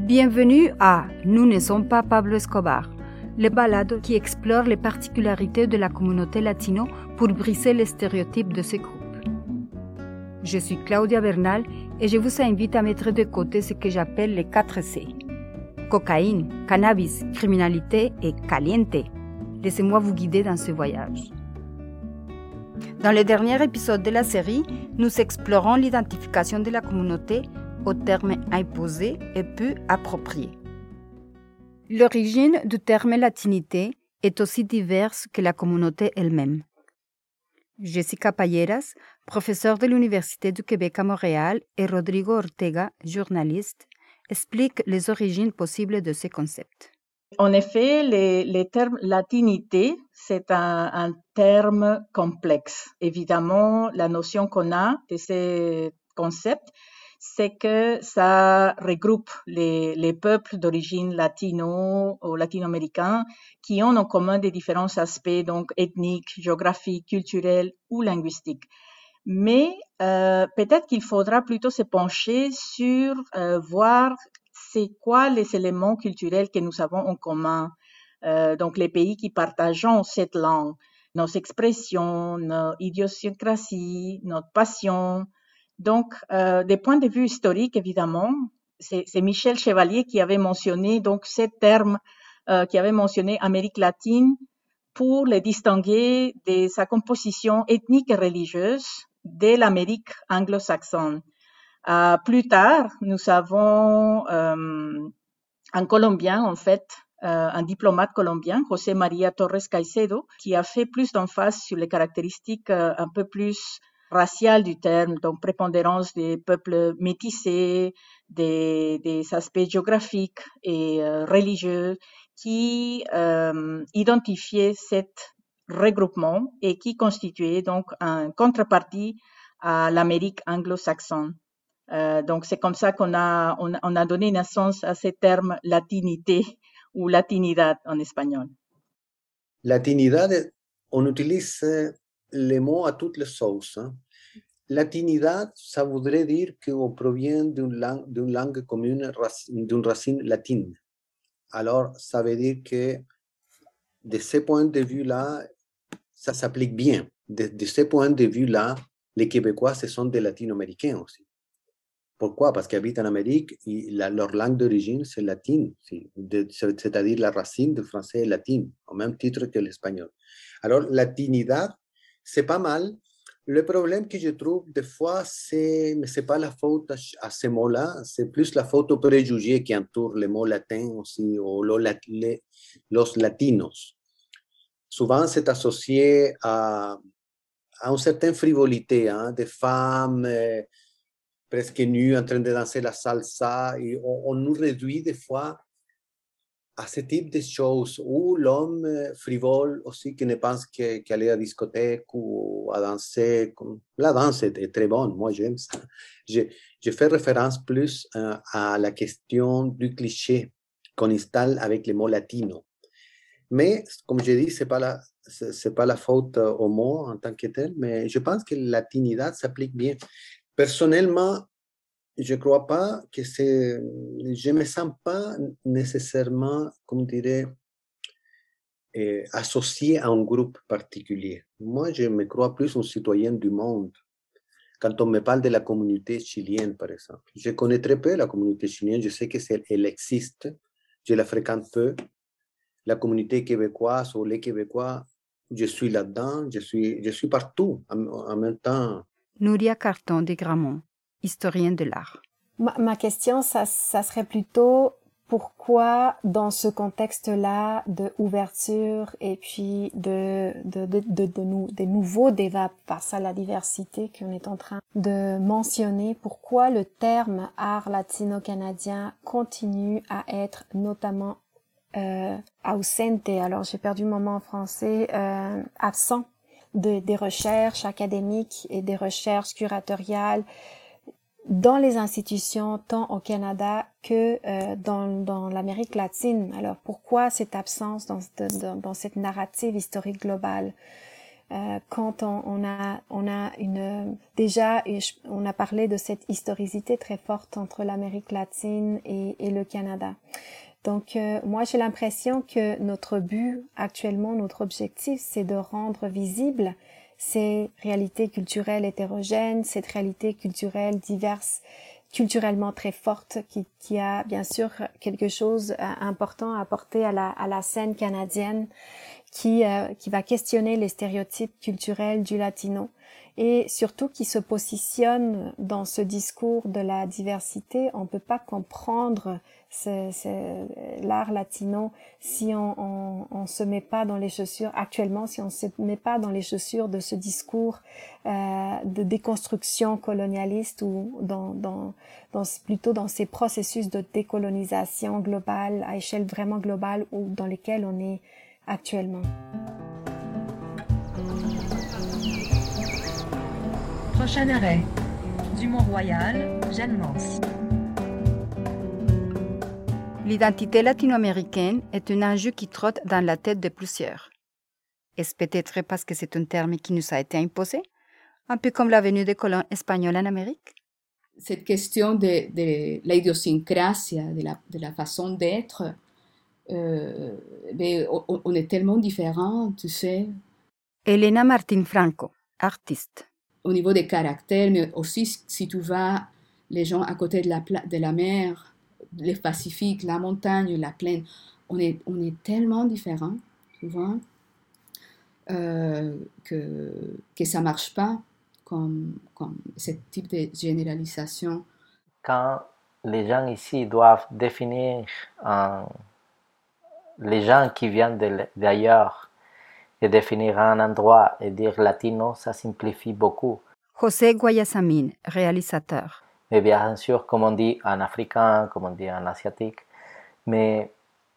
Bienvenue à Nous ne sommes pas Pablo Escobar, le balado qui explore les particularités de la communauté latino pour briser les stéréotypes de ce groupe. Je suis Claudia Bernal et je vous invite à mettre de côté ce que j'appelle les 4 C. Cocaïne, cannabis, criminalité et caliente. Laissez-moi vous guider dans ce voyage. Dans le dernier épisode de la série, nous explorons l'identification de la communauté aux termes imposés et peu appropriés. L'origine du terme latinité est aussi diverse que la communauté elle-même. Jessica Palleras, professeure de l'Université du Québec à Montréal, et Rodrigo Ortega, journaliste, expliquent les origines possibles de ces concepts. En effet, les termes latinité, c'est un terme complexe. Évidemment, la notion qu'on a de ces concepts, c'est que ça regroupe les peuples d'origine latino ou latino-américains qui ont en commun des différents aspects, donc ethniques, géographiques, culturels ou linguistiques. Mais peut-être qu'il faudra plutôt se pencher sur voir c'est quoi les éléments culturels que nous avons en commun, donc les pays qui partageons cette langue, nos expressions, nos idiosyncrasies, notre passion. Donc, des points de vue historiques, évidemment, c'est Michel Chevalier qui avait mentionné donc ce terme, qui avait mentionné Amérique latine pour le distinguer de sa composition ethnique et religieuse de l'Amérique anglo-saxonne. Plus tard, nous avons un Colombien, en fait, un diplomate colombien, José María Torres Caicedo, qui a fait plus d'emphase sur les caractéristiques un peu plus raciales du terme, donc prépondérance des peuples métissés, des aspects géographiques et religieux, qui identifiaient cet regroupement et qui constituait donc un contrepartie à l'Amérique anglo-saxonne. Donc, c'est comme ça qu'on a donné naissance à ce terme latinité ou latinidad en espagnol. Latinidad, on utilise les mots à toutes les sauces. Hein. Latinidad, ça voudrait dire qu'on provient d'une langue commune, d'une racine latine. Alors, ça veut dire que de ce point de vue-là, ça s'applique bien. De ce point de vue-là, les Québécois, ce sont des latino-américains aussi. Pourquoi? Parce qu'ils habitent en Amérique et leur langue d'origine, c'est latine, c'est-à-dire la racine du français est latine, au même titre que l'espagnol. Alors, latinidad, c'est pas mal. Le problème que je trouve des fois, mais c'est pas la faute à ces mots-là, c'est plus la faute aux préjugés qui entourent les mots latins aussi, ou los latinos. Souvent, c'est associé à une certaine frivolité, hein, des femmes presque nues en train de danser la salsa, et on nous réduit des fois à ce type de choses, ou l'homme frivole aussi qui ne pense qu'aller à la discothèque ou à danser. La danse est très bonne, moi j'aime ça. Je fais référence plus à la question du cliché qu'on installe avec les mots latinos. Mais, comme je dis, c'est pas la faute aux mots en tant que tel, mais je pense que la latinidad s'applique bien. Personnellement, je ne crois pas que je ne me sens pas nécessairement, comme dirais, associé à un groupe particulier. Moi, je me crois plus un citoyen du monde. Quand on me parle de la communauté chilienne, par exemple, je connais très peu la communauté chilienne, je sais qu'elle existe, je la fréquente peu. La communauté québécoise ou les Québécois, je suis là-dedans, je suis partout en même temps. Nuria Carton de Gramont, historienne de l'art. Ma question, ça serait plutôt pourquoi dans ce contexte-là de ouverture et puis des nouveaux débats face à la diversité qu'on est en train de mentionner, pourquoi le terme art latino-canadien continue à être notamment ausente, alors j'ai perdu mon mot en français, absent des recherches académiques et des recherches curatoriales dans les institutions tant au Canada que dans l'Amérique latine. Alors pourquoi cette absence dans cette narrative historique globale? quand on a parlé de cette historicité très forte entre l'Amérique latine et le Canada. Donc, moi, j'ai l'impression que notre but actuellement, notre objectif, c'est de rendre visible ces réalités culturelles hétérogènes, cette réalité culturelle diverse, culturellement très forte, qui a bien sûr quelque chose important à apporter à la scène canadienne, qui va questionner les stéréotypes culturels du latino et surtout qui se positionne dans ce discours de la diversité. On peut pas comprendre l'art latino si on se met pas dans les chaussures actuellement, si on se met pas dans les chaussures de ce discours de déconstruction colonialiste ou plutôt dans ces processus de décolonisation globale à échelle vraiment globale ou dans lesquels on est actuellement. Prochain arrêt, du Mont-Royal, Jeanne Mance. L'identité latino-américaine est un enjeu qui trotte dans la tête de plusieurs. Est-ce peut-être parce que c'est un terme qui nous a été imposé, un peu comme la venue des colons espagnols en Amérique? Cette question de l'idiosincrasia, de la façon d'être, on est tellement différents, tu sais. Elena Martín Franco, artiste. Au niveau des caractères, mais aussi si tu vas, les gens à côté de la mer, les Pacifiques, la montagne, la plaine, on est tellement différents, tu vois, que ça marche pas comme ce type de généralisation. Quand les gens ici doivent définir les gens qui viennent d'ailleurs et définir un endroit et dire latino, ça simplifie beaucoup. José Guayasamín, réalisateur. Mais bien sûr, comme on dit en africain, comme on dit en asiatique, mais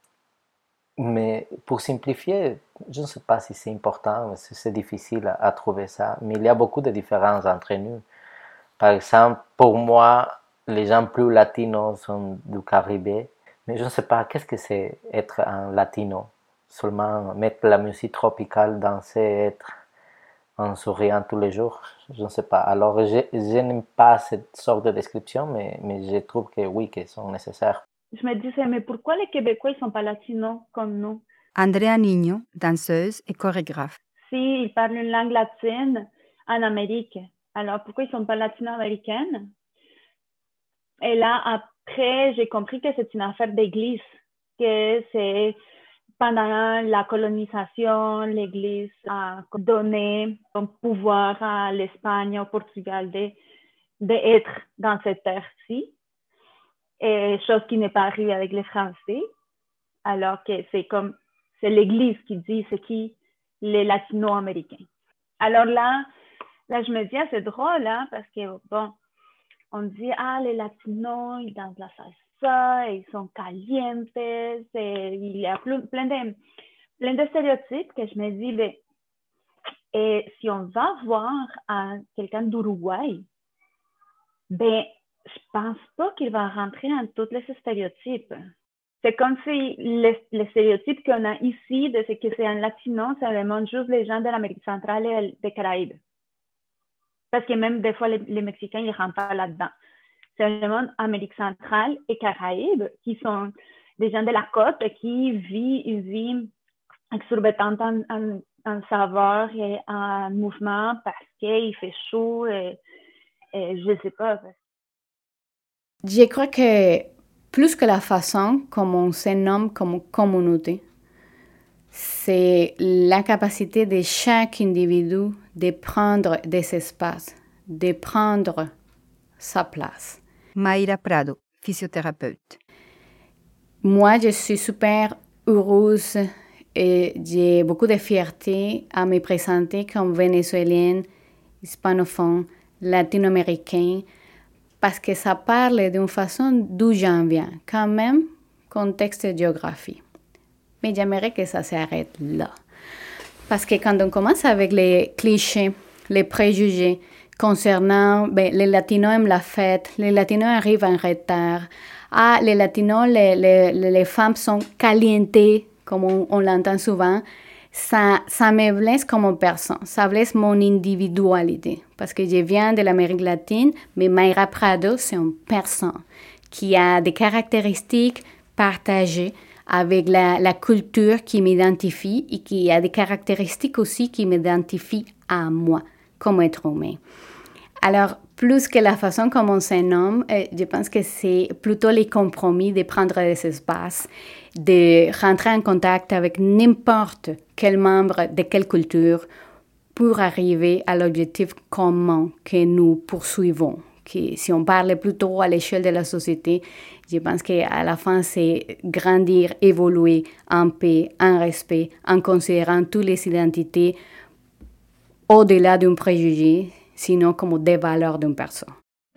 pour simplifier, je ne sais pas si c'est important, c'est difficile à trouver ça, mais il y a beaucoup de différences entre nous. Par exemple, pour moi, les gens plus latinos sont du Caribe, mais je ne sais pas, qu'est-ce que c'est être un latino? Seulement mettre la musique tropicale, danser, être en souriant tous les jours, je ne sais pas. Alors je n'aime pas cette sorte de description, mais je trouve que oui, qu'elles sont nécessaires. Je me disais, mais pourquoi les Québécois ne sont pas latinos comme nous? Andrea Niño, danseuse et chorégraphe. Si ils parlent une langue latine en Amérique, alors pourquoi ils ne sont pas latino-américaines? Et là, après, j'ai compris que c'est une affaire d'église, que c'est pendant la colonisation, l'Église a donné un pouvoir à l'Espagne, au Portugal, d'être dans cette terre-ci, et chose qui n'est pas arrivée avec les Français, alors que c'est l'Église qui dit c'est qui les latino-américains. Alors là, je me dis, c'est drôle, hein, parce que, bon, on dit, les latinos, ils dansent la salsa, ils sont calientes, il y a plein de stéréotypes que je me dis, et si on va voir quelqu'un d'Uruguay, je pense pas qu'il va rentrer dans tous les stéréotypes. C'est comme si les stéréotypes qu'on a ici de ce que c'est un latino, c'est vraiment juste les gens de l'Amérique centrale et des Caraïbes. Parce que même des fois, les Mexicains, ils ne rentrent pas là-dedans. C'est vraiment Amérique centrale et Caraïbes qui sont des gens de la côte qui vivent une vie exorbitante en saveur et en mouvement parce qu'il fait chaud et je ne sais pas. Je crois que plus que la façon comme on se nomme comme communauté, c'est la capacité de chaque individu de prendre des espaces, de prendre sa place. Mayra Prado, physiothérapeute. Moi, je suis super heureuse et j'ai beaucoup de fierté à me présenter comme vénézuélienne, hispanophone, latino-américaine, parce que ça parle d'une façon d'où j'en viens, quand même, contexte géographie. Mais j'aimerais que ça s'arrête là. Parce que quand on commence avec les clichés, les préjugés concernant, les latinos aiment la fête, les latinos arrivent en retard, les latinos, les femmes sont calientes, comme on l'entend souvent, ça me blesse comme personne, ça blesse mon individualité. Parce que je viens de l'Amérique latine, mais Mayra Prado, c'est une personne qui a des caractéristiques partagées avec la culture qui m'identifie et qui a des caractéristiques aussi qui m'identifient à moi comme être humain. Alors, plus que la façon comme on se nomme, je pense que c'est plutôt les compromis de prendre des espaces, de rentrer en contact avec n'importe quel membre de quelle culture pour arriver à l'objectif commun que nous poursuivons. Que si on parle plutôt à l'échelle de la société, je pense qu'à la fin, c'est grandir, évoluer en paix, en respect, en considérant toutes les identités au-delà d'un préjugé, sinon comme des valeurs d'une personne.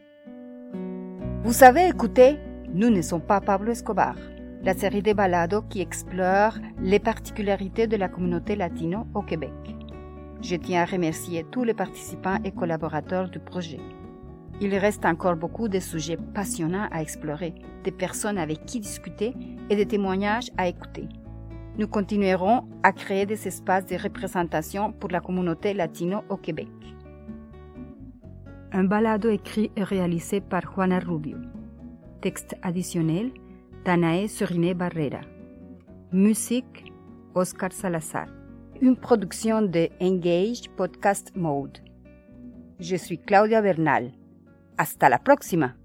Vous avez écouté Nous ne sommes pas Pablo Escobar, la série de balados qui explore les particularités de la communauté latino au Québec. Je tiens à remercier tous les participants et collaborateurs du projet. Il reste encore beaucoup de sujets passionnants à explorer, des personnes avec qui discuter et des témoignages à écouter. Nous continuerons à créer des espaces de représentation pour la communauté latino au Québec. Un balado écrit et réalisé par Juana Rubio. Texte additionnel, Danae Soriné Barrera. Musique, Oscar Salazar. Une production de Engage Podcast Mode. Je suis Claudia Bernal. Hasta la próxima.